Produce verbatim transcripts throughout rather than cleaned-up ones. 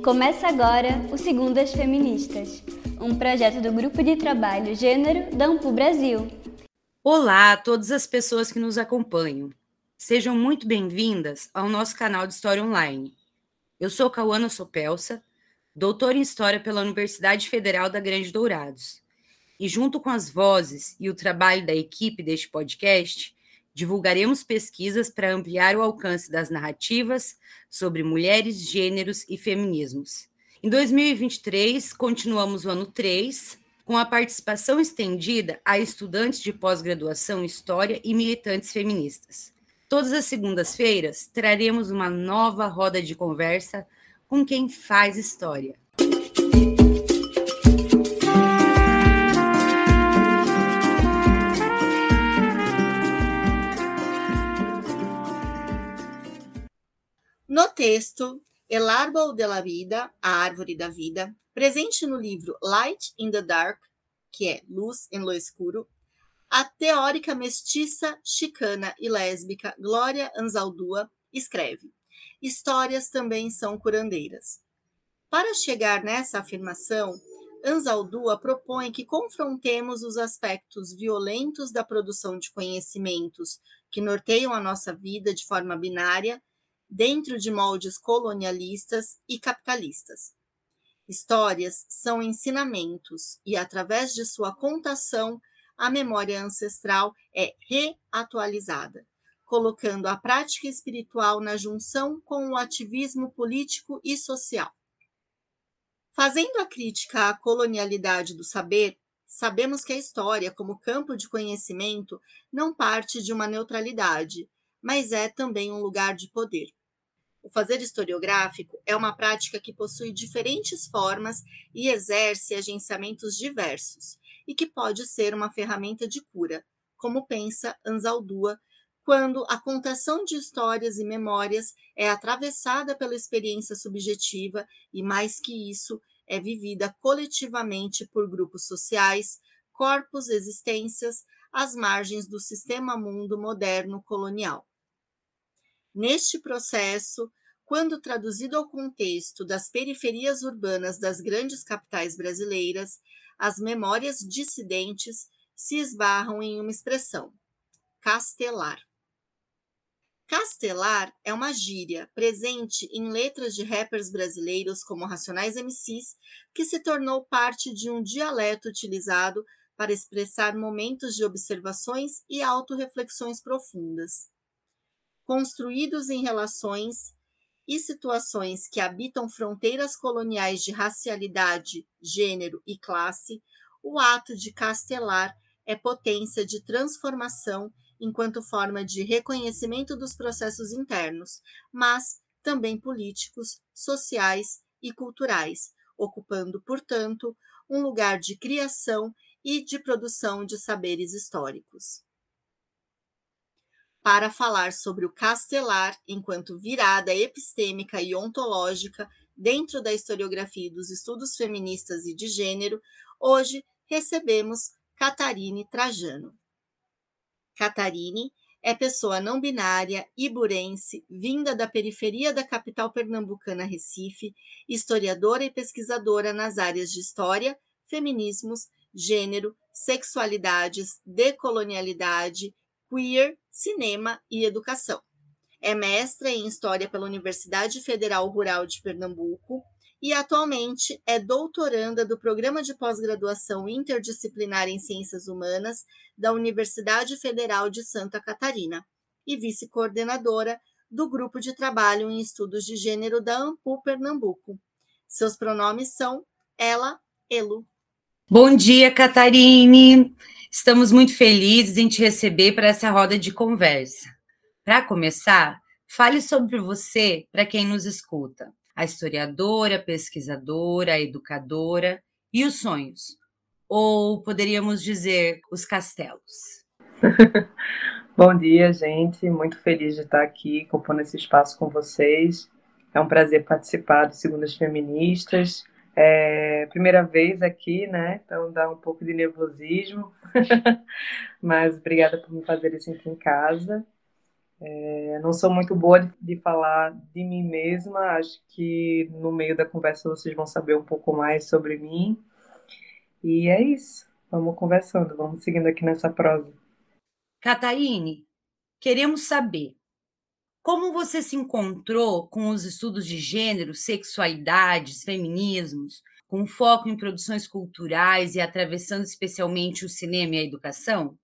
Começa agora o Segundas Feministas, um projeto do Grupo de Trabalho Gênero da Ampul Brasil. Olá a todas as pessoas que nos acompanham. Sejam muito bem-vindas ao nosso canal de História Online. Eu sou Cauana Sopelsa, doutora em História pela Universidade Federal da Grande Dourados. E junto com as vozes e o trabalho da equipe deste podcast, divulgaremos pesquisas para ampliar o alcance das narrativas sobre mulheres, gêneros e feminismos. Em dois mil e vinte e três, continuamos o ano três, com a participação estendida a estudantes de pós-graduação em História e militantes feministas. Todas as segundas-feiras, traremos uma nova roda de conversa com quem faz história. No texto El Árbol de la Vida, A Árvore da Vida, presente no livro Light in the Dark, que é Luz em lo Escuro, a teórica mestiça, chicana e lésbica Glória Anzaldúa escreve: histórias também são curandeiras. Para chegar nessa afirmação, Anzaldúa propõe que confrontemos os aspectos violentos da produção de conhecimentos que norteiam a nossa vida de forma binária, dentro de moldes colonialistas e capitalistas. Histórias são ensinamentos e, através de sua contação, a memória ancestral é reatualizada, colocando a prática espiritual na junção com o ativismo político e social. Fazendo a crítica à colonialidade do saber, sabemos que a história, como campo de conhecimento, não parte de uma neutralidade, mas é também um lugar de poder. O fazer historiográfico é uma prática que possui diferentes formas e exerce agenciamentos diversos, e que pode ser uma ferramenta de cura, como pensa Anzaldúa, quando a contação de histórias e memórias é atravessada pela experiência subjetiva e, mais que isso, é vivida coletivamente por grupos sociais, corpos, existências, às margens do sistema mundo moderno colonial. Neste processo, quando traduzido ao contexto das periferias urbanas das grandes capitais brasileiras, as memórias dissidentes se esbarram em uma expressão: castelar. Castelar é uma gíria presente em letras de rappers brasileiros como Racionais M Cs, que se tornou parte de um dialeto utilizado para expressar momentos de observações e autorreflexões profundas. Construídos em relações e situações que habitam fronteiras coloniais de racialidade, gênero e classe, o ato de castelar é potência de transformação enquanto forma de reconhecimento dos processos internos, mas também políticos, sociais e culturais, ocupando, portanto, um lugar de criação e de produção de saberes históricos. Para falar sobre o castelar enquanto virada epistêmica e ontológica dentro da historiografia e dos estudos feministas e de gênero, hoje recebemos Catarine Trajano. Catarine é pessoa não binária, iburense, vinda da periferia da capital pernambucana Recife, historiadora e pesquisadora nas áreas de história, feminismos, gênero, sexualidades, decolonialidade, queer, cinema e educação. É mestra em História pela Universidade Federal Rural de Pernambuco e atualmente é doutoranda do Programa de Pós-Graduação Interdisciplinar em Ciências Humanas da Universidade Federal de Santa Catarina e vice-coordenadora do Grupo de Trabalho em Estudos de Gênero da Ampul Pernambuco. Seus pronomes são ela, elu. Bom dia, Catarine! Estamos muito felizes em te receber para essa roda de conversa. Para começar, fale sobre você para quem nos escuta. A historiadora, pesquisadora, educadora e os sonhos. Ou poderíamos dizer, os castelos. Bom dia, gente. Muito feliz de estar aqui, compondo esse espaço com vocês. É um prazer participar do Segundas Feministas. É primeira vez aqui, né? Então dá um pouco de nervosismo. Mas obrigada por me fazer sentir em casa. Eu não sou muito boa de, de falar de mim mesma, acho que no meio da conversa vocês vão saber um pouco mais sobre mim. E é isso, vamos conversando, vamos seguindo aqui nessa prosa. Cataíne, queremos saber como você se encontrou com os estudos de gênero, sexualidades, feminismos, com foco em produções culturais e atravessando especialmente o cinema e a educação?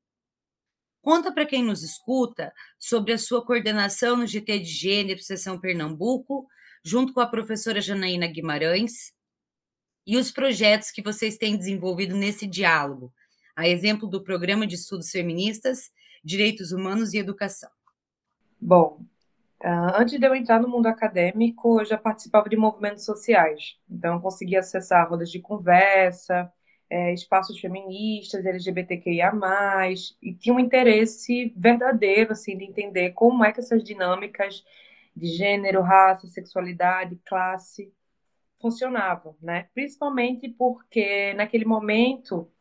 Conta para quem nos escuta sobre a sua coordenação no G T de Gênero Seção Pernambuco, junto com a professora Janaína Guimarães, e os projetos que vocês têm desenvolvido nesse diálogo, a exemplo do Programa de Estudos Feministas, Direitos Humanos e Educação. Bom, antes de eu entrar no mundo acadêmico, eu já participava de movimentos sociais. Então, eu conseguia acessar rodas de conversa, é, espaços feministas, L G B T Q I A mais, e tinha um interesse verdadeiro assim, de entender como é que essas dinâmicas de gênero, raça, sexualidade, classe funcionavam, né? Principalmente porque, naquele momento,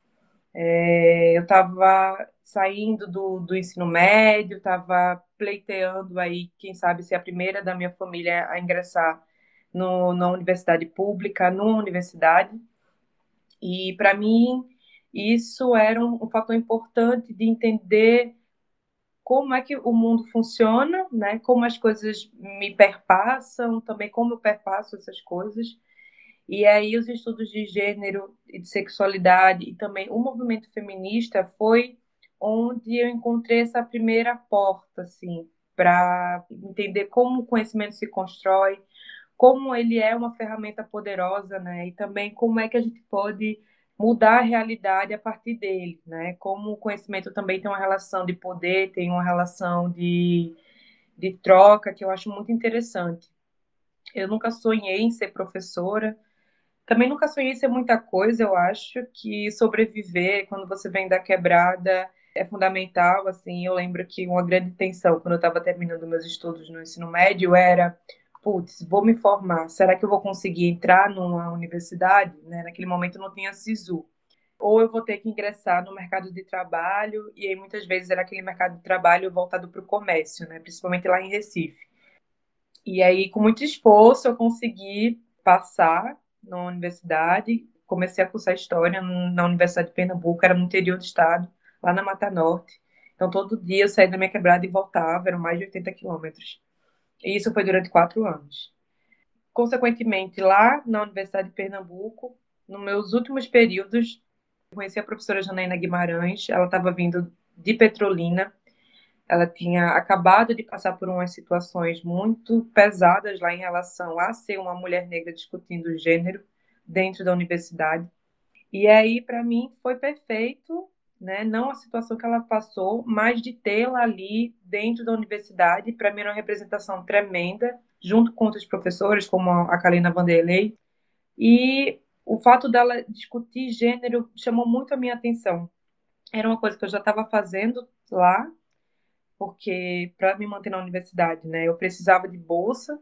é, eu estava saindo do, do ensino médio, estava pleiteando aí, quem sabe, ser a primeira da minha família a ingressar no, na universidade pública, numa universidade. E, para mim, isso era um, um fator importante de entender como é que o mundo funciona, né? Como as coisas me perpassam, também como eu perpasso essas coisas. E aí os estudos de gênero e de sexualidade e também o movimento feminista foi onde eu encontrei essa primeira porta, assim, para entender como o conhecimento se constrói, como ele é uma ferramenta poderosa, né? E também como é que a gente pode mudar a realidade a partir dele, né? Como o conhecimento também tem uma relação de poder, tem uma relação de, de troca que eu acho muito interessante. Eu nunca sonhei em ser professora, também nunca sonhei em ser muita coisa. Eu acho que sobreviver quando você vem da quebrada é fundamental. Assim, eu lembro que uma grande tensão quando eu estava terminando meus estudos no ensino médio era, putz, vou me formar. Será que eu vou conseguir entrar numa universidade? Né? Naquele momento não tinha SISU. Ou eu vou ter que ingressar no mercado de trabalho, e aí muitas vezes era aquele mercado de trabalho voltado para o comércio, né? Principalmente lá em Recife. E aí, com muito esforço, eu consegui passar na universidade. Comecei a cursar História na Universidade de Pernambuco, era no interior do estado, lá na Mata Norte. Então, todo dia eu saía da minha quebrada e voltava, eram mais de oitenta quilômetros. E isso foi durante quatro anos. Consequentemente, lá na Universidade de Pernambuco, nos meus últimos períodos, eu conheci a professora Janaína Guimarães. Ela estava vindo de Petrolina. Ela tinha acabado de passar por umas situações muito pesadas lá em relação a ser uma mulher negra discutindo gênero dentro da universidade. E aí, para mim, foi perfeito, né? Não a situação que ela passou, mas de tê-la ali dentro da universidade. Para mim, era uma representação tremenda, junto com outros professores, como a Kalina Vanderlei. E o fato dela discutir gênero chamou muito a minha atenção. Era uma coisa que eu já estava fazendo lá, porque para me manter na universidade, né, eu precisava de bolsa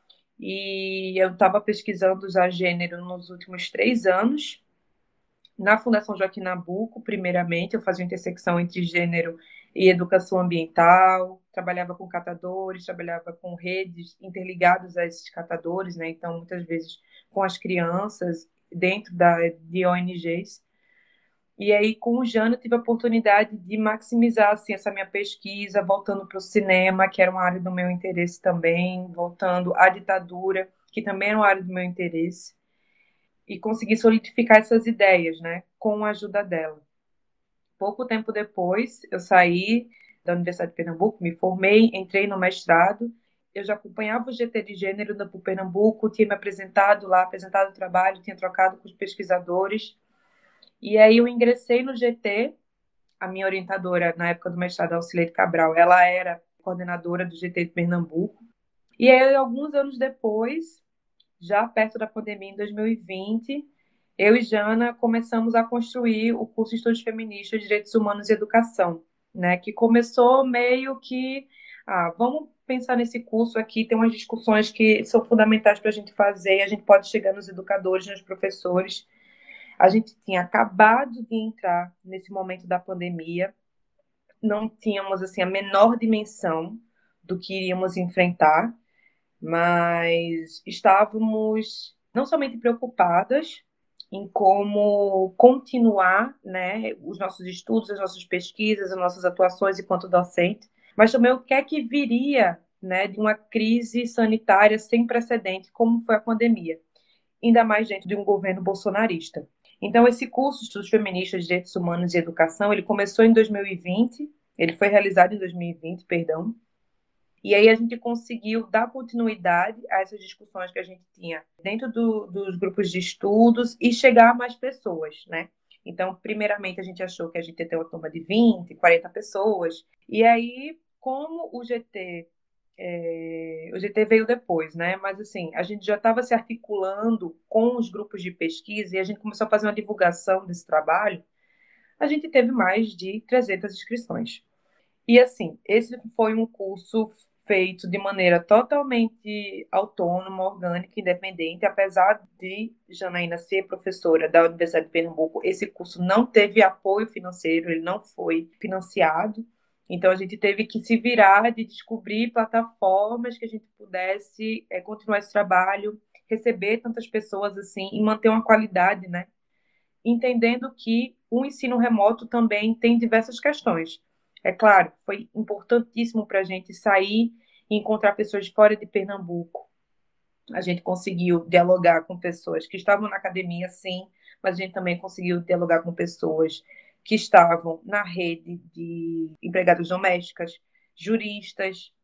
e eu estava pesquisando já gênero nos últimos três anos. Na Fundação Joaquim Nabuco, primeiramente, eu fazia intersecção entre gênero e educação ambiental, trabalhava com catadores, trabalhava com redes interligadas a esses catadores, né, então muitas vezes com as crianças dentro da, de O N Gs. E aí, com o Jânio, eu tive a oportunidade de maximizar assim, essa minha pesquisa, voltando para o cinema, que era uma área do meu interesse também, voltando à ditadura, que também era uma área do meu interesse, e consegui solidificar essas ideias, né, com a ajuda dela. Pouco tempo depois, eu saí da Universidade de Pernambuco, me formei, entrei no mestrado. Eu já acompanhava o G T de Gênero da Pernambuco, tinha me apresentado lá, apresentado o trabalho, tinha trocado com os pesquisadores. E aí eu ingressei no G T. A minha orientadora, na época do mestrado, Auxileide Cabral, ela era coordenadora do G T de Pernambuco. E aí, alguns anos depois, já perto da pandemia, em dois mil e vinte, eu e Jana começamos a construir o curso de Estudos Feministas, Direitos Humanos e Educação, né? Que começou meio que, ah, vamos pensar nesse curso aqui, tem umas discussões que são fundamentais para a gente fazer, a gente pode chegar nos educadores, nos professores. A gente tinha acabado de entrar nesse momento da pandemia, não tínhamos assim a menor dimensão do que iríamos enfrentar, mas estávamos não somente preocupadas em como continuar, né, os nossos estudos, as nossas pesquisas, as nossas atuações enquanto docente, mas também o que é que viria, né, de uma crise sanitária sem precedente, como foi a pandemia, ainda mais dentro de um governo bolsonarista. Então, esse curso de Estudos Feministas de Direitos Humanos e Educação, ele começou em dois mil e vinte, ele foi realizado em dois mil e vinte, perdão, e aí a gente conseguiu dar continuidade a essas discussões que a gente tinha dentro do, dos grupos de estudos e chegar a mais pessoas, né? Então, primeiramente, a gente achou que a gente ia ter uma turma de vinte, quarenta pessoas. E aí, como o G T, é, o G T veio depois, né? Mas, assim, a gente já estava se articulando com os grupos de pesquisa e a gente começou a fazer uma divulgação desse trabalho. A gente teve mais de trezentas inscrições. E, assim, esse foi um curso feito de maneira totalmente autônoma, orgânica, independente. Apesar de Janaína ser professora da Universidade de Pernambuco, esse curso não teve apoio financeiro, ele não foi financiado. Então, a gente teve que se virar de descobrir plataformas que a gente pudesse é, continuar esse trabalho, receber tantas pessoas assim e manter uma qualidade, né? Entendendo que o ensino remoto também tem diversas questões. É claro, foi importantíssimo para a gente sair e encontrar pessoas de fora de Pernambuco. A gente conseguiu dialogar com pessoas que estavam na academia, sim, mas a gente também conseguiu dialogar com pessoas que estavam na rede de empregadas domésticas, juristas,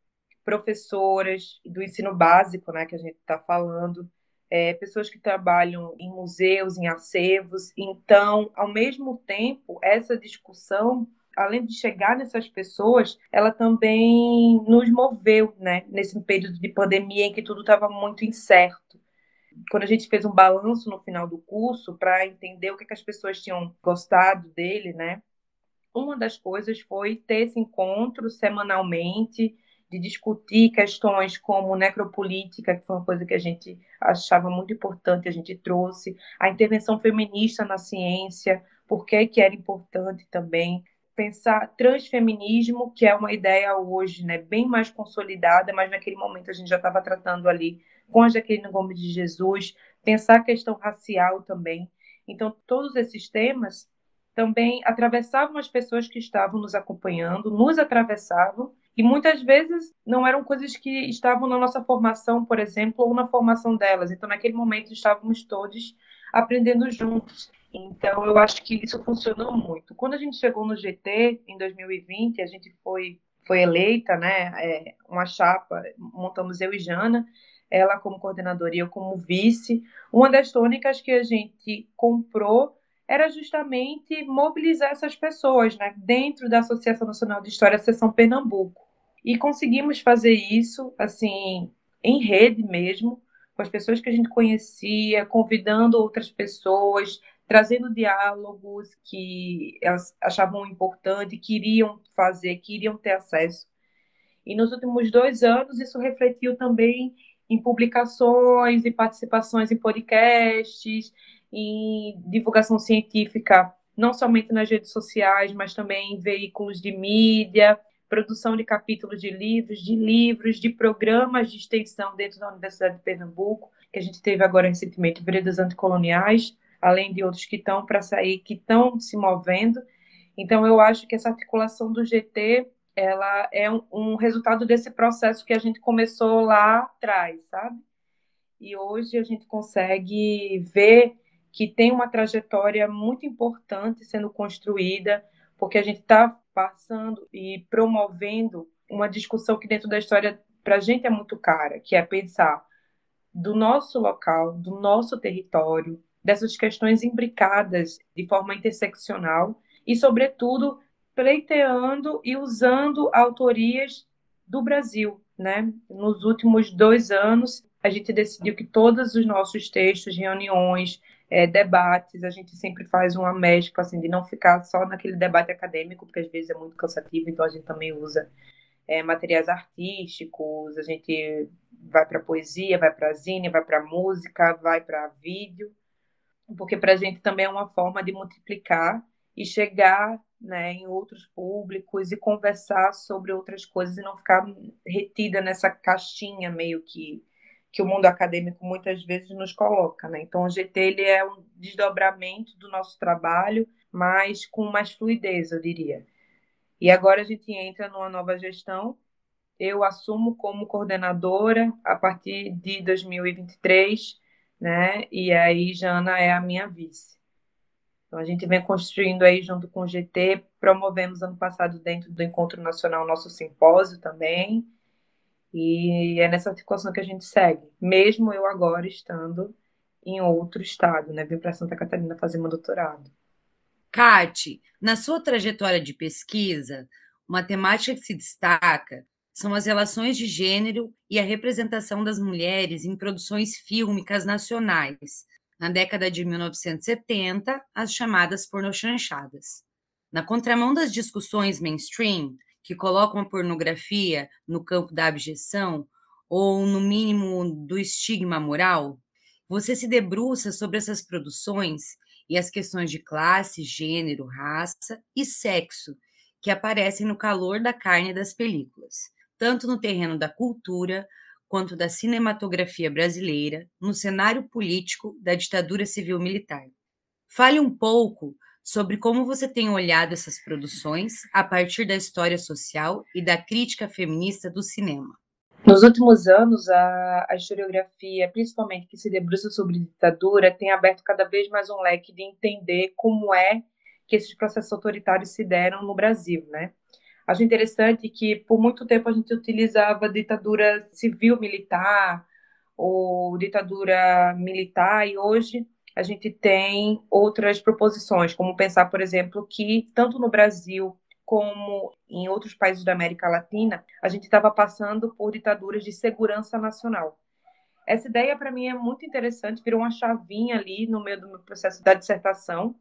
professoras do ensino básico, né, que a gente está falando, é, pessoas que trabalham em museus, em acervos. Então, ao mesmo tempo, essa discussão, além de chegar nessas pessoas, ela também nos moveu, né, nesse período de pandemia em que tudo estava muito incerto. Quando a gente fez um balanço no final do curso para entender o que, que as pessoas tinham gostado dele, né, uma das coisas foi ter esse encontro semanalmente, de discutir questões como necropolítica, que foi uma coisa que a gente achava muito importante, a gente trouxe, a intervenção feminista na ciência, por que que era importante também, pensar transfeminismo, que é uma ideia hoje, né, bem mais consolidada, mas naquele momento a gente já estava tratando ali com a Jaqueline Gomes de Jesus, pensar a questão racial também. Então, todos esses temas também atravessavam as pessoas que estavam nos acompanhando, nos atravessavam, e muitas vezes não eram coisas que estavam na nossa formação, por exemplo, ou na formação delas. Então, naquele momento, estávamos todos aprendendo juntos. Então, eu acho que isso funcionou muito. Quando a gente chegou no G T, em dois mil e vinte, a gente foi, foi eleita, né, é, uma chapa, montamos eu e Jana, ela como coordenadora e eu como vice. Uma das tônicas que a gente comprou era justamente mobilizar essas pessoas, né, dentro da Associação Nacional de História, Seção Pernambuco. E conseguimos fazer isso, assim, em rede mesmo, com as pessoas que a gente conhecia, convidando outras pessoas, trazendo diálogos que elas achavam importante, queriam fazer, queriam ter acesso. E nos últimos dois anos, isso refletiu também em publicações, em participações em podcasts, em divulgação científica, não somente nas redes sociais, mas também em veículos de mídia, produção de capítulos de livros, de livros, de programas de extensão dentro da Universidade de Pernambuco, que a gente teve agora recentemente, Veredas Anticoloniais, além de outros que estão para sair, que estão se movendo. Então, eu acho que essa articulação do G T ela é um, um resultado desse processo que a gente começou lá atrás, sabe? E hoje a gente consegue ver que tem uma trajetória muito importante sendo construída, porque a gente está passando e promovendo uma discussão que dentro da história para a gente é muito cara, que é pensar do nosso local, do nosso território, dessas questões imbricadas de forma interseccional e, sobretudo, pleiteando e usando autorias do Brasil, né? Nos últimos dois anos, a gente decidiu que todos os nossos textos, reuniões, é, debates, a gente sempre faz uma mescla, assim, de não ficar só naquele debate acadêmico, porque às vezes é muito cansativo, então a gente também usa é, materiais artísticos, a gente vai para poesia, vai para zine, vai para música, vai para vídeo, porque para a gente também é uma forma de multiplicar e chegar né, em outros públicos e conversar sobre outras coisas e não ficar retida nessa caixinha meio que que o mundo acadêmico muitas vezes nos coloca, né? Então, o G T ele é um desdobramento do nosso trabalho, mas com mais fluidez, eu diria. E agora a gente entra numa nova gestão. Eu assumo como coordenadora a partir de dois mil e vinte e três, né? E aí Jana é a minha vice. Então, a gente vem construindo aí junto com o G T, promovemos ano passado dentro do Encontro Nacional nosso simpósio também, e é nessa articulação que a gente segue, mesmo eu agora estando em outro estado, né? Vim para Santa Catarina fazer meu doutorado. Kati, na sua trajetória de pesquisa, uma temática que se destaca são as relações de gênero e a representação das mulheres em produções fílmicas nacionais, na década de mil novecentos e setenta, as chamadas pornochanchadas. Na contramão das discussões mainstream, que colocam a pornografia no campo da abjeção, ou no mínimo do estigma moral, você se debruça sobre essas produções e as questões de classe, gênero, raça e sexo que aparecem no calor da carne das películas, tanto no terreno da cultura quanto da cinematografia brasileira, no cenário político da ditadura civil-militar. Fale um pouco sobre como você tem olhado essas produções a partir da história social e da crítica feminista do cinema. Nos últimos anos, a, a historiografia, principalmente que se debruça sobre ditadura, tem aberto cada vez mais um leque de entender como é que esses processos autoritários se deram no Brasil, né? Acho interessante que, por muito tempo, a gente utilizava ditadura civil-militar ou ditadura militar, e hoje a gente tem outras proposições, como pensar, por exemplo, que tanto no Brasil como em outros países da América Latina, a gente estava passando por ditaduras de segurança nacional. Essa ideia, para mim, é muito interessante, virou uma chavinha ali no meio do meu processo da dissertação,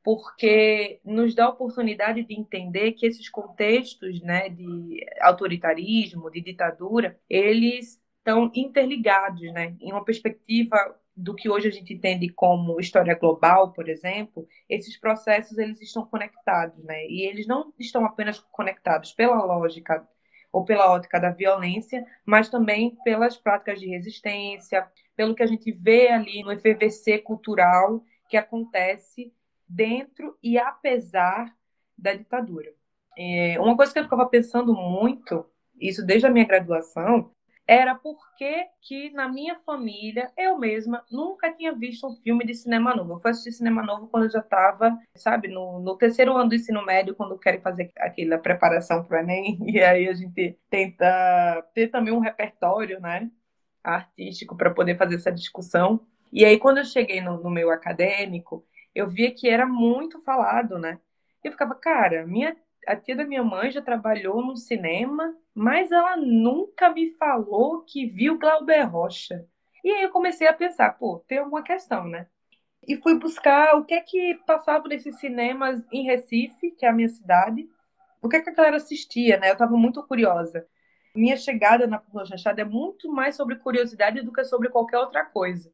porque nos dá a oportunidade de entender que esses contextos, né, de autoritarismo, de ditadura, eles estão interligados, né, em uma perspectiva do que hoje a gente entende como história global, por exemplo. Esses processos eles estão conectados, né, e eles não estão apenas conectados pela lógica ou pela ótica da violência, mas também pelas práticas de resistência, pelo que a gente vê ali no efervescer cultural que acontece dentro e apesar da ditadura. É, uma coisa que eu ficava pensando muito, isso desde a minha graduação, era por que que na minha família, eu mesma, nunca tinha visto um filme de cinema novo. Eu fui assistir cinema novo quando eu já estava, sabe, no, no terceiro ano do ensino médio, quando querem fazer aquela preparação para o Enem, e aí a gente tenta ter também um repertório, né, artístico para poder fazer essa discussão. E aí, quando eu cheguei no, no meio acadêmico, eu via que era muito falado, né? Eu ficava, cara, minha, a tia da minha mãe já trabalhou no cinema, mas ela nunca me falou que viu Glauber Rocha. E aí eu comecei a pensar, pô, tem alguma questão, né? E fui buscar o que é que passava nesses cinemas em Recife, que é a minha cidade, o que é que a galera assistia, né? Eu estava muito curiosa. Minha chegada na pornochanchada é muito mais sobre curiosidade do que sobre qualquer outra coisa.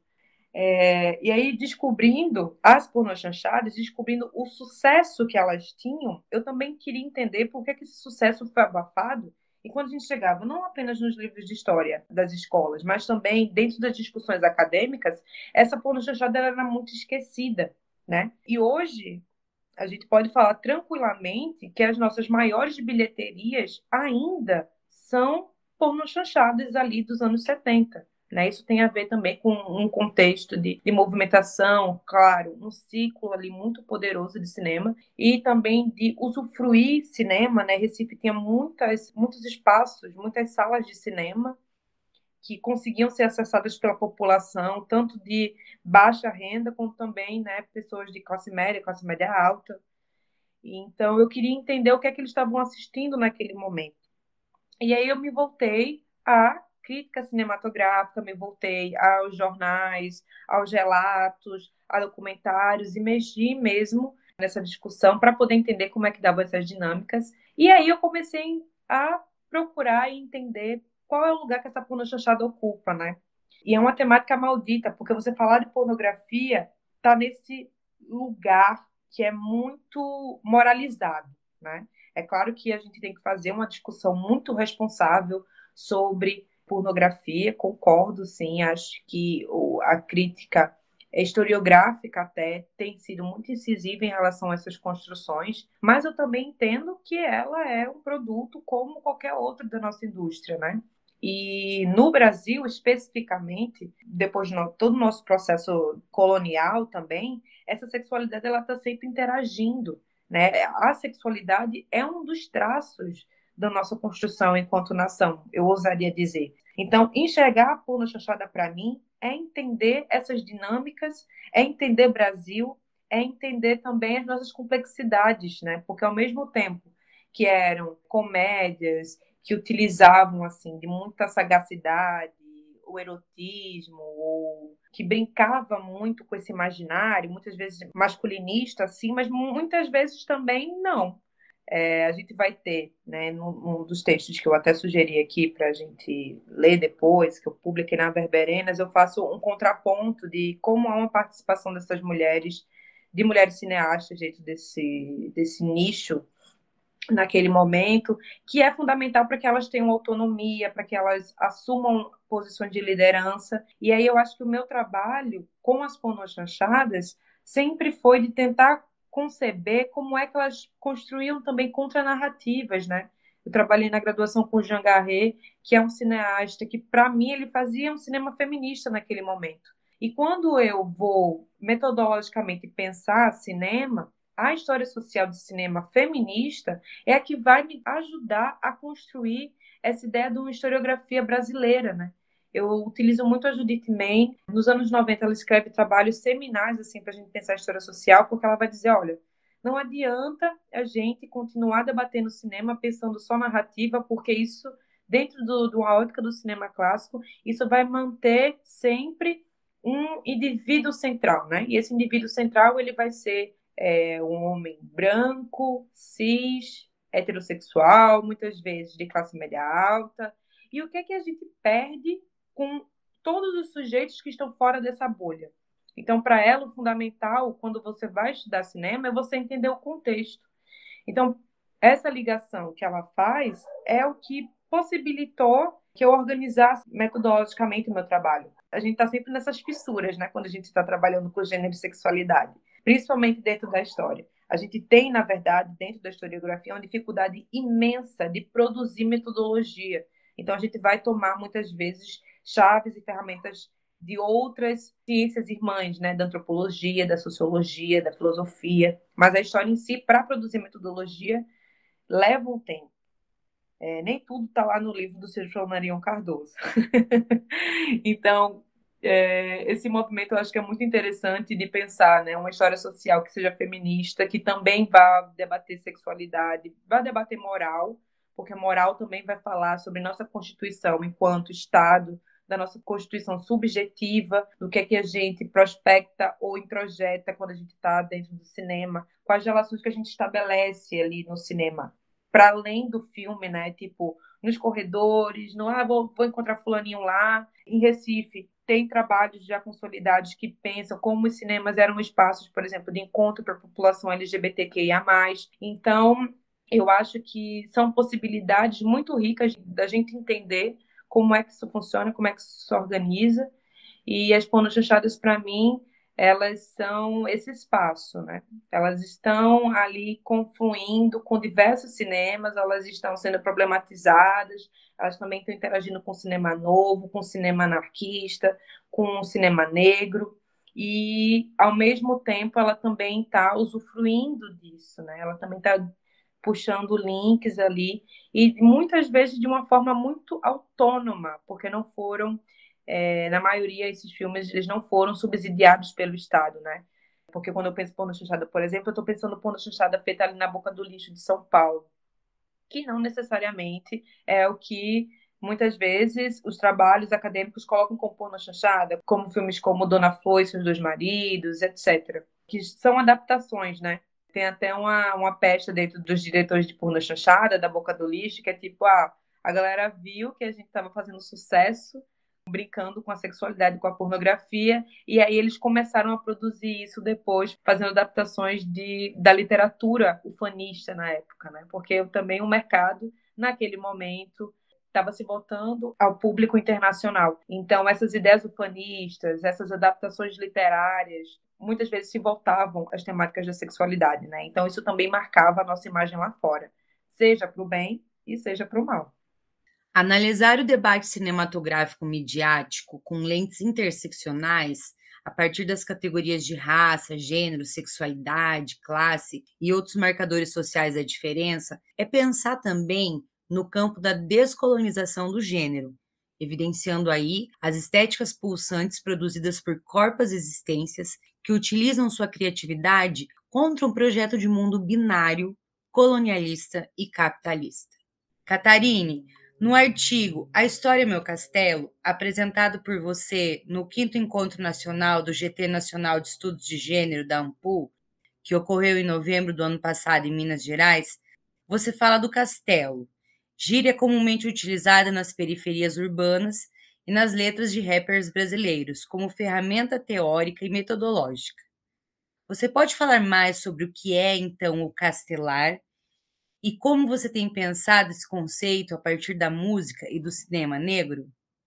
É, e aí, descobrindo as pornochanchadas, descobrindo o sucesso que elas tinham, eu também queria entender por que, que esse sucesso foi abafado. E quando a gente chegava, não apenas nos livros de história das escolas, mas também dentro das discussões acadêmicas, essa pornochanchada era muito esquecida, né? E hoje, a gente pode falar tranquilamente que as nossas maiores bilheterias ainda são pornochanchadas ali dos anos setenta. Né? Isso tem a ver também com um contexto de, de movimentação, claro, um ciclo ali muito poderoso de cinema e também de usufruir cinema, né? Recife tinha muitas, muitos espaços, muitas salas de cinema que conseguiam ser acessadas pela população, tanto de baixa renda, como também, né, pessoas de classe média, classe média alta. Então, eu queria entender o que é que eles estavam assistindo naquele momento. E aí eu me voltei à crítica cinematográfica, me voltei aos jornais, aos relatos, a documentários, imergi mesmo nessa discussão para poder entender como é que davam essas dinâmicas. E aí eu comecei a procurar e entender qual é o lugar que essa pornochanchada ocupa, né? E é uma temática maldita, porque você falar de pornografia está nesse lugar que é muito moralizado. né? É claro que a gente tem que fazer uma discussão muito responsável sobre pornografia, concordo, sim, acho que a crítica historiográfica até tem sido muito incisiva em relação a essas construções, mas eu também entendo que ela é um produto como qualquer outro da nossa indústria, né? E no Brasil, especificamente, depois de todo o nosso processo colonial também, essa sexualidade ela está sempre interagindo, né? A sexualidade é um dos traços da nossa construção enquanto nação, eu ousaria dizer. Então, enxergar a pornochanchada para mim é entender essas dinâmicas, é entender Brasil, é entender também as nossas complexidades, né? Porque ao mesmo tempo que eram comédias que utilizavam assim de muita sagacidade, o erotismo, ou que brincava muito com esse imaginário, muitas vezes masculinista, assim, mas muitas vezes também não. É, a gente vai ter, né, num, num dos textos que eu até sugeri aqui para a gente ler depois, que eu publiquei na Verberenas, eu faço um contraponto de como há uma participação dessas mulheres, de mulheres cineastas dentro desse, desse nicho naquele momento, que é fundamental para que elas tenham autonomia, para que elas assumam posições de liderança. E aí eu acho que o meu trabalho com as pornochanchadas sempre foi de tentar conceber como é que elas construíam também contranarrativas, né? Eu trabalhei na graduação com o Jean Garret, que é um cineasta que, para mim, ele fazia um cinema feminista naquele momento. E quando eu vou metodologicamente pensar cinema, a história social do cinema feminista é a que vai me ajudar a construir essa ideia de uma historiografia brasileira, né? Eu utilizo muito a Judith Main. Nos anos noventa, ela escreve trabalhos seminais assim, para a gente pensar a história social, porque ela vai dizer, olha, não adianta a gente continuar debatendo cinema pensando só narrativa, porque isso, dentro do, de uma ótica do cinema clássico, isso vai manter sempre um indivíduo central, né? E esse indivíduo central, ele vai ser é, um homem branco, cis, heterossexual, muitas vezes de classe média alta. E o que é que a gente perde com todos os sujeitos que estão fora dessa bolha? Então, para ela, o fundamental, quando você vai estudar cinema, é você entender o contexto. Então, essa ligação que ela faz é o que possibilitou que eu organizasse metodologicamente o meu trabalho. A gente está sempre nessas fissuras, né, quando a gente está trabalhando com gênero e sexualidade, principalmente dentro da história. A gente tem, na verdade, dentro da historiografia, uma dificuldade imensa de produzir metodologia. Então, a gente vai tomar, muitas vezes, chaves e ferramentas de outras ciências irmãs, né, da antropologia, da sociologia, da filosofia, mas a história em si, para produzir metodologia, leva um tempo. É, nem tudo está lá no livro do Sérgio Flanarion Cardoso. Então, é, esse movimento eu acho que é muito interessante de pensar, né, uma história social que seja feminista, que também vá debater sexualidade, vá debater moral, porque moral também vai falar sobre nossa Constituição enquanto Estado, da nossa Constituição subjetiva, do que é que a gente prospecta ou introjeta quando a gente está dentro do cinema, quais relações que a gente estabelece ali no cinema, para além do filme, né? Tipo, nos corredores, no, ah, vou, vou encontrar fulaninho lá. Em Recife, tem trabalhos já consolidados que pensam como os cinemas eram espaços, por exemplo, de encontro para a população L G B T Q I A mais. Então, eu acho que são possibilidades muito ricas da gente entender como é que isso funciona, como é que isso se organiza. E as pornochanchadas, para mim, elas são esse espaço, né? Elas estão ali confluindo com diversos cinemas, elas estão sendo problematizadas, elas também estão interagindo com o cinema novo, com o cinema anarquista, com o cinema negro, e, ao mesmo tempo, ela também está usufruindo disso, né? Ela também está puxando links ali, e muitas vezes de uma forma muito autônoma, porque não foram, é, na maioria, esses filmes, eles não foram subsidiados pelo Estado, né? Porque quando eu penso em pornochanchada, por exemplo, eu estou pensando em pornochanchada feita ali na Boca do Lixo de São Paulo, que não necessariamente é o que, muitas vezes, os trabalhos acadêmicos colocam como pornochanchada, como filmes como Dona Flor e Seus Dois Maridos, etcétera, que são adaptações, né? Tem até uma, uma pecha dentro dos diretores de pornochanchada, da Boca do Lixo, que é tipo, ah, a galera viu que a gente estava fazendo sucesso brincando com a sexualidade, com a pornografia, e aí eles começaram a produzir isso depois, fazendo adaptações de, da literatura ufanista na época, né? Porque também o mercado, naquele momento, estava se voltando ao público internacional. Então, essas ideias ufanistas, essas adaptações literárias, muitas vezes se voltavam às temáticas da sexualidade, né? Então, isso também marcava a nossa imagem lá fora, seja para o bem e seja para o mal. Analisar o debate cinematográfico midiático com lentes interseccionais, a partir das categorias de raça, gênero, sexualidade, classe e outros marcadores sociais da diferença, é pensar também no campo da descolonização do gênero, evidenciando aí as estéticas pulsantes produzidas por corpos existências que utilizam sua criatividade contra um projeto de mundo binário, colonialista e capitalista. Catarine, no artigo A História é Meu Castelo, apresentado por você no quinto Encontro Nacional do G T Nacional de Estudos de Gênero da ANPUL, que ocorreu em novembro do ano passado em Minas Gerais, você fala do castelo, gíria comumente utilizada nas periferias urbanas e nas letras de rappers brasileiros, como ferramenta teórica e metodológica. Você pode falar mais sobre o que é, então, o castelar e como você tem pensado esse conceito a partir da música e do cinema negro?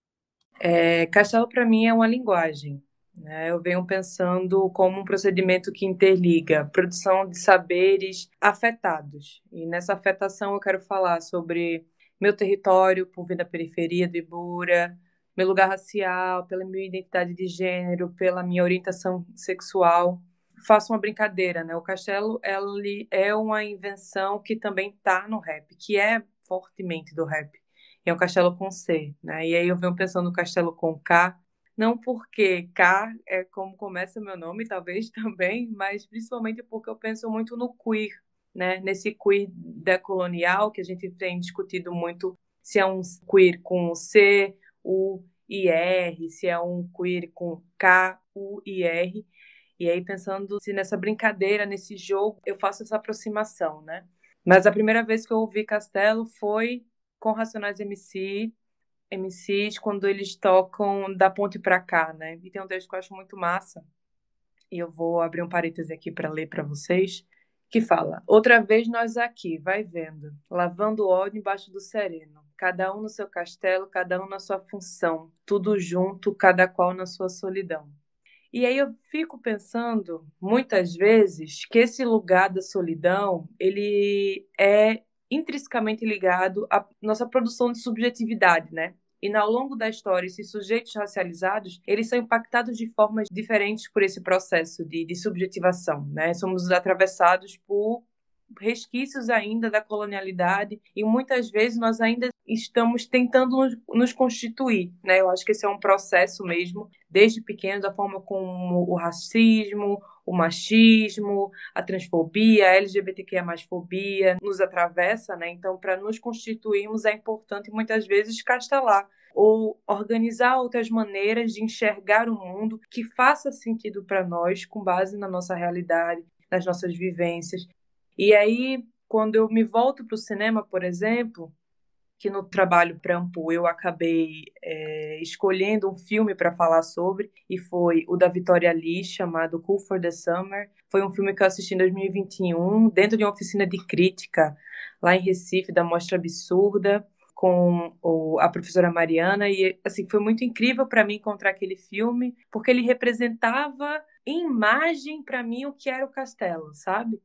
É, castelo, para mim, é uma linguagem, né? Eu venho pensando como um procedimento que interliga produção de saberes afetados. E nessa afetação eu quero falar sobre meu território, por vir da periferia do Ibura, meu lugar racial, pela minha identidade de gênero, pela minha orientação sexual. Faço uma brincadeira, né? O castelo, ele é uma invenção que também está no rap, que é fortemente do rap. É um castelo com C, né? E aí eu venho pensando no castelo com K, não porque K é como começa meu nome, talvez também, mas principalmente porque eu penso muito no queer, né? Nesse queer decolonial que a gente tem discutido muito, se é um queer com C, U e R, se é um queer com K, U e R. E aí, pensando se nessa brincadeira, nesse jogo, eu faço essa aproximação, né? Mas a primeira vez que eu ouvi Castelo foi com Racionais M C, M Cs, quando eles tocam Da Ponte Pra Cá, né? E tem um texto que eu acho muito massa, e eu vou abrir um parêntese aqui para ler para vocês, que fala: outra vez nós aqui, vai vendo, lavando óleo embaixo do sereno, cada um no seu castelo, cada um na sua função, tudo junto, cada qual na sua solidão. E aí eu fico pensando, muitas vezes, que esse lugar da solidão, ele é intrinsecamente ligado à nossa produção de subjetividade, né? E ao longo da história, esses sujeitos racializados, eles são impactados de formas diferentes por esse processo de, de subjetivação, né? Somos atravessados por resquícios ainda da colonialidade e muitas vezes nós ainda estamos tentando nos, nos constituir, né? Eu acho que esse é um processo mesmo, desde pequeno, da forma como o racismo, o machismo, a transfobia, a L G B T Q I A mais fobia nos atravessa, né? Então, para nos constituirmos é importante muitas vezes castelar ou organizar outras maneiras de enxergar o mundo que faça sentido para nós, com base na nossa realidade, nas nossas vivências. E aí, quando eu me volto para o cinema, por exemplo, que no trabalho para ANPUL eu acabei é, escolhendo um filme para falar sobre, e foi o da Vitória Lee, chamado Cool for the Summer. Foi um filme que eu assisti em dois mil e vinte e um, dentro de uma oficina de crítica, lá em Recife, da Mostra Absurda, com o, a professora Mariana, e assim, foi muito incrível para mim encontrar aquele filme, porque ele representava em imagem para mim o que era o castelo, sabe?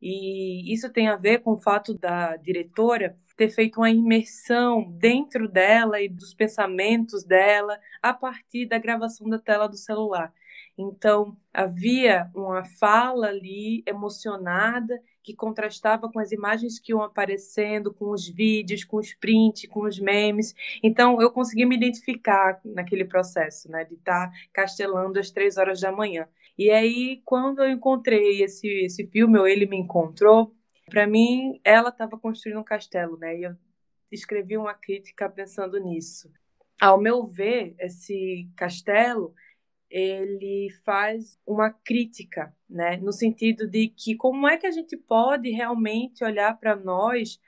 E isso tem a ver com o fato da diretora ter feito uma imersão dentro dela e dos pensamentos dela a partir da gravação da tela do celular. Então, havia uma fala ali emocionada que contrastava com as imagens que iam aparecendo, com os vídeos, com os prints, com os memes. Então, eu consegui me identificar naquele processo, né, de estar castelando às três horas da manhã. E aí, quando eu encontrei esse, esse filme, ou ele me encontrou, para mim, ela estava construindo um castelo, né? E eu escrevi uma crítica pensando nisso. Ao meu ver, esse castelo, ele faz uma crítica, né? No sentido de que como é que a gente pode realmente olhar para nós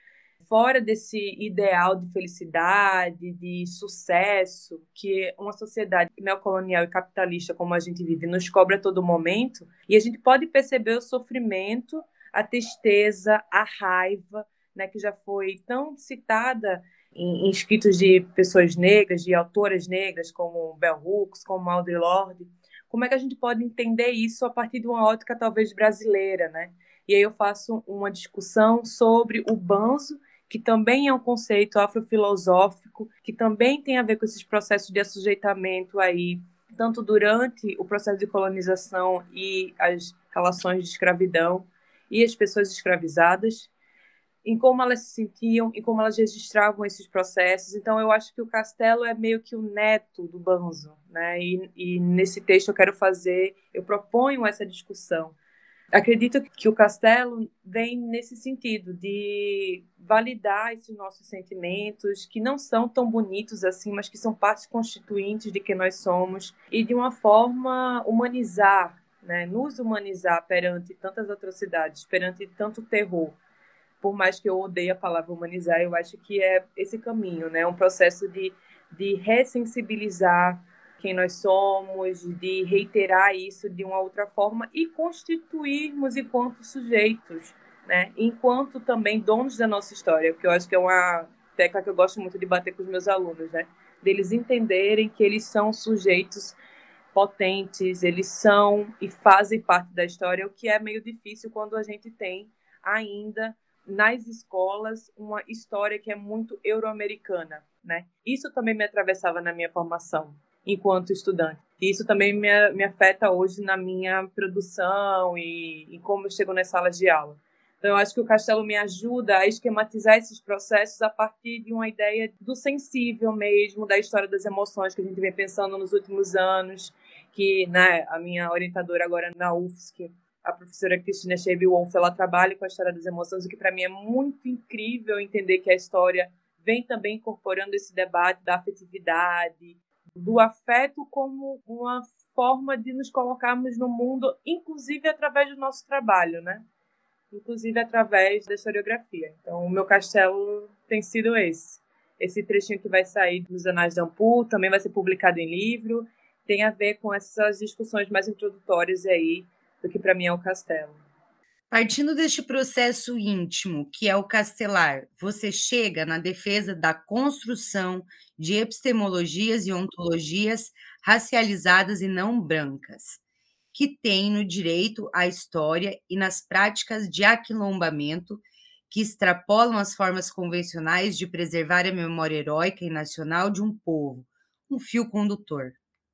fora desse ideal de felicidade, de sucesso, que uma sociedade neocolonial e capitalista como a gente vive nos cobra a todo momento, e a gente pode perceber o sofrimento, a tristeza, a raiva, né, que já foi tão citada em, em escritos de pessoas negras, de autoras negras, como Bell Hooks, como Audre Lorde. Como é que a gente pode entender isso a partir de uma ótica talvez brasileira, né? E aí eu faço uma discussão sobre o banzo, que também é um conceito afrofilosófico, que também tem a ver com esses processos de assujeitamento aí, tanto durante o processo de colonização e as relações de escravidão e as pessoas escravizadas, em como elas se sentiam e como elas registravam esses processos. Então, eu acho que o Castelo é meio que o neto do banzo, né? E, e nesse texto eu quero fazer, eu proponho essa discussão. Acredito que o Castelo vem nesse sentido de validar esses nossos sentimentos, que não são tão bonitos assim, mas que são partes constituintes de quem nós somos, e de uma forma humanizar, né? Nos humanizar perante tantas atrocidades, perante tanto terror. Por mais que eu odeie a palavra humanizar, eu acho que é esse caminho, né? Um processo de, de ressensibilizar quem nós somos, de reiterar isso de uma outra forma e constituirmos enquanto sujeitos, né? Enquanto também donos da nossa história, porque eu acho que é uma tecla que eu gosto muito de bater com os meus alunos, né? Deles entenderem que eles são sujeitos potentes, eles são e fazem parte da história, o que é meio difícil quando a gente tem ainda nas escolas uma história que é muito euro-americana, né? Isso também me atravessava na minha formação enquanto estudante. E isso também me, me afeta hoje na minha produção e, e como eu chego nas salas de aula. Então, eu acho que o Castelo me ajuda a esquematizar esses processos a partir de uma ideia do sensível mesmo, da história das emoções que a gente vem pensando nos últimos anos, que, né, a minha orientadora agora na U F S C, a professora Cristina Scheib-Wolf, ela trabalha com a história das emoções, o que para mim é muito incrível entender que a história vem também incorporando esse debate da afetividade, do afeto como uma forma de nos colocarmos no mundo, inclusive através do nosso trabalho, né? Inclusive através da historiografia. Então, o meu castelo tem sido esse. Esse trechinho que vai sair dos Anais da Ampul também vai ser publicado em livro, tem a ver com essas discussões mais introdutórias aí do que para mim é o castelo. Partindo deste processo íntimo, que é o castelar, você chega na defesa da construção de epistemologias e ontologias racializadas e não brancas, que tem no direito à história e nas práticas de aquilombamento que extrapolam as formas convencionais de preservar a memória heróica e nacional de um povo, um fio condutor.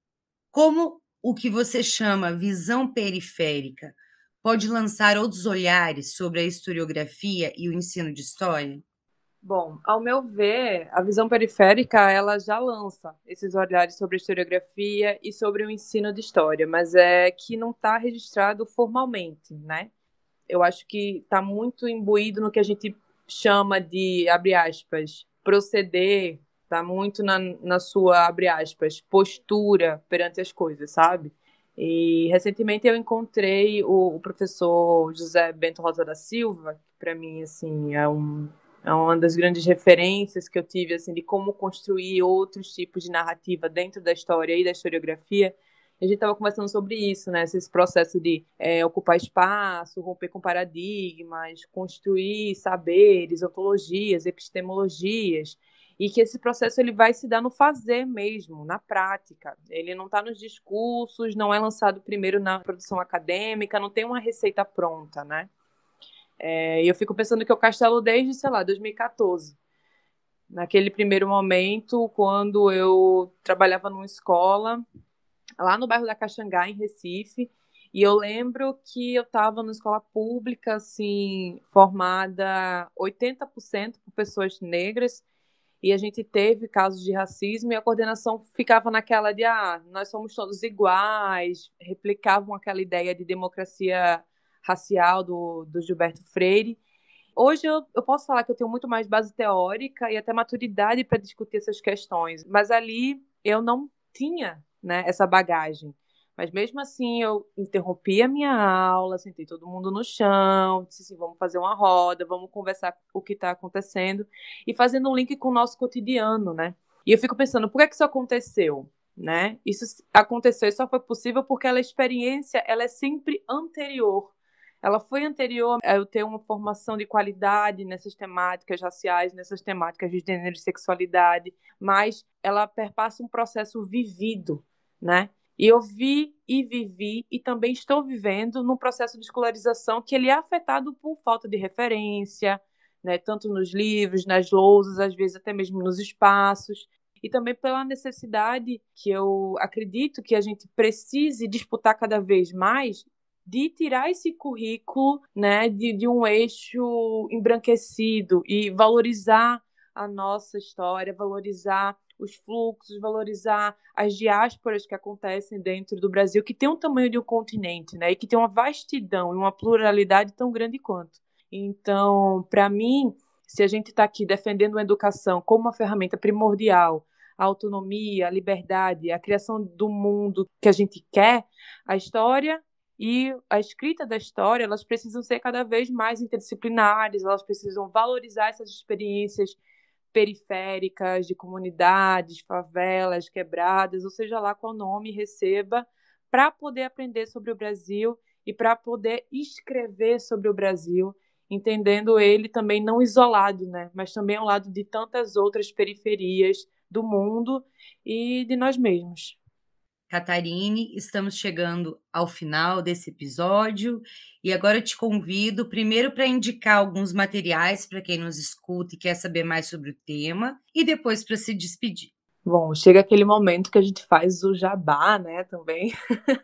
Como o que você chama visão periférica pode lançar outros olhares sobre a historiografia e o ensino de história? Bom, ao meu ver, a visão periférica ela já lança esses olhares sobre a historiografia e sobre o ensino de história, mas é que não está registrado formalmente, né? Eu acho que está muito imbuído no que a gente chama de, abre aspas, proceder, está muito na, na sua, abre aspas, postura perante as coisas, sabe? E recentemente eu encontrei o, o professor José Bento Rosa da Silva, que para mim assim é, um, é uma das grandes referências que eu tive assim de como construir outros tipos de narrativa dentro da história e da historiografia. A gente estava conversando sobre isso, né? Esse processo de é, ocupar espaço, romper com paradigmas, construir saberes, ontologias, epistemologias, e que esse processo ele vai se dar no fazer mesmo, na prática. Ele não está nos discursos, não é lançado primeiro na produção acadêmica, não tem uma receita pronta, né? É, e eu fico pensando que o Castelo desde, sei lá, dois mil e quatorze. Naquele primeiro momento, quando eu trabalhava numa escola, lá no bairro da Caxangá, em Recife, e eu lembro que eu estava numa escola pública, assim, formada oitenta por cento por pessoas negras, e a gente teve casos de racismo, e a coordenação ficava naquela de, ah, nós somos todos iguais, replicavam aquela ideia de democracia racial do, do Gilberto Freire. Hoje eu, eu posso falar que eu tenho muito mais base teórica e até maturidade para discutir essas questões, mas ali eu não tinha, né, essa bagagem. Mas mesmo assim, eu interrompi a minha aula, sentei todo mundo no chão, disse assim, vamos fazer uma roda, vamos conversar o que está acontecendo, e fazendo um link com o nosso cotidiano, né? E eu fico pensando, por que que isso aconteceu? Né? Isso aconteceu e só foi possível porque a experiência ela é sempre anterior. Ela foi anterior a eu ter uma formação de qualidade nessas temáticas raciais, nessas temáticas de gênero e sexualidade, mas ela perpassa um processo vivido, né? E eu vi e vivi e também estou vivendo num processo de escolarização que ele é afetado por falta de referência, né? Tanto nos livros, nas lousas, às vezes até mesmo nos espaços, e também pela necessidade que eu acredito que a gente precise disputar cada vez mais de tirar esse currículo, né, de, de um eixo embranquecido e valorizar a nossa história, valorizar os fluxos, valorizar as diásporas que acontecem dentro do Brasil, que tem um tamanho de um continente, né, e que tem uma vastidão e uma pluralidade tão grande quanto. Então, para mim, se a gente está aqui defendendo a educação como uma ferramenta primordial, a autonomia, a liberdade, a criação do mundo que a gente quer, a história e a escrita da história, elas precisam ser cada vez mais interdisciplinares, elas precisam valorizar essas experiências periféricas, de comunidades, favelas, quebradas, ou seja lá qual nome receba, para poder aprender sobre o Brasil e para poder escrever sobre o Brasil, entendendo ele também não isolado, né, mas também ao lado de tantas outras periferias do mundo e de nós mesmos. Catarine, estamos chegando ao final desse episódio e agora eu te convido primeiro para indicar alguns materiais para quem nos escuta e quer saber mais sobre o tema e depois para se despedir. Bom, chega aquele momento que a gente faz o jabá, né, também.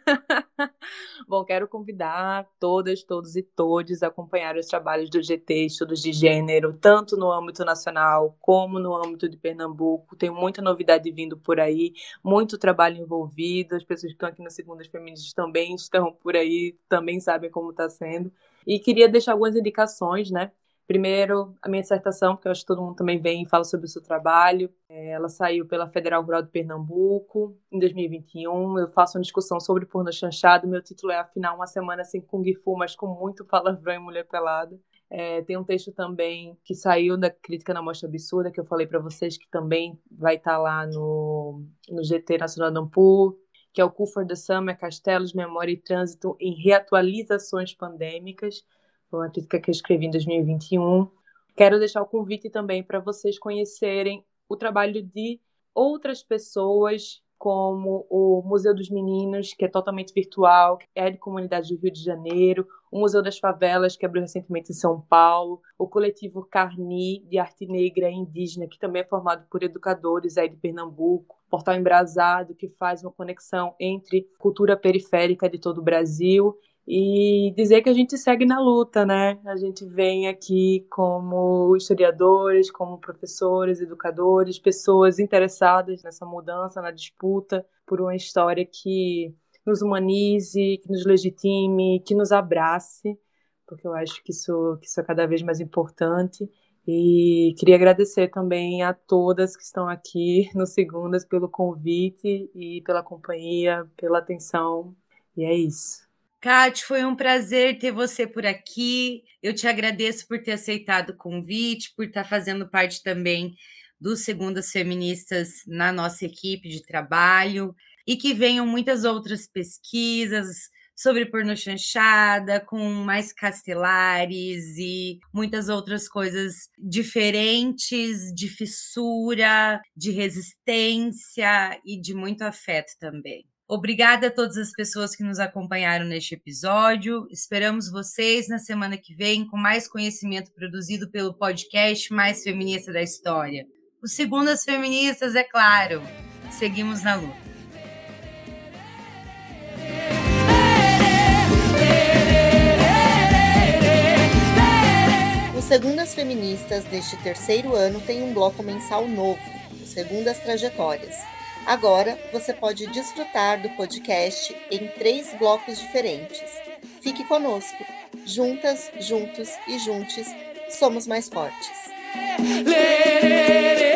Bom, quero convidar todas, todos e todes a acompanhar os trabalhos do G T Estudos de Gênero, tanto no âmbito nacional como no âmbito de Pernambuco. Tem muita novidade vindo por aí, muito trabalho envolvido. As pessoas que estão aqui no Segundas Feministas também estão por aí, também sabem como está sendo. E queria deixar algumas indicações, né? Primeiro, a minha dissertação, porque eu acho que todo mundo também vem e fala sobre o seu trabalho. Ela saiu pela Federal Rural de Pernambuco em dois mil e vinte e um. Eu faço uma discussão sobre pornô chanchado. Meu título é, afinal, Uma Semana Sem Kung Fu, mas com muito palavrão e mulher pelada. É, tem um texto também que saiu da Crítica na Mostra Absurda, que eu falei para vocês, que também vai estar lá no, no G T Nacional de Ampur, que é o Cool for the Summer, Castelos, Memória e Trânsito em Reatualizações Pandêmicas. Foi uma crítica que eu escrevi em dois mil e vinte e um. Quero deixar o convite também para vocês conhecerem o trabalho de outras pessoas, como o Museu dos Meninos, que é totalmente virtual, que é de comunidade do Rio de Janeiro, o Museu das Favelas, que abriu recentemente em São Paulo, o coletivo Carni, de arte negra e indígena, que também é formado por educadores aí de Pernambuco, o Portal Embrasado, que faz uma conexão entre cultura periférica de todo o Brasil, e dizer que a gente segue na luta, né? A gente vem aqui como historiadores, como professores, educadores, pessoas interessadas nessa mudança, na disputa por uma história que nos humanize, que nos legitime, que nos abrace, porque eu acho que isso, que isso é cada vez mais importante. E queria agradecer também a todas que estão aqui no Segundas pelo convite e pela companhia, pela atenção. E é isso. Kate, foi um prazer ter você por aqui. Eu te agradeço por ter aceitado o convite, por estar fazendo parte também dos Segundas Feministas na nossa equipe de trabalho e que venham muitas outras pesquisas sobre pornô chanchada, com mais castelares e muitas outras coisas diferentes, de fissura, de resistência e de muito afeto também. Obrigada a todas as pessoas que nos acompanharam neste episódio. Esperamos vocês na semana que vem com mais conhecimento produzido pelo podcast mais feminista da história. O Segundas Feministas, é claro. Seguimos na luta. O Segundas Feministas deste terceiro ano tem um bloco mensal novo, o Segundas Trajetórias. Agora, você pode desfrutar do podcast em três blocos diferentes. Fique conosco. Juntas, juntos e juntes, somos mais fortes.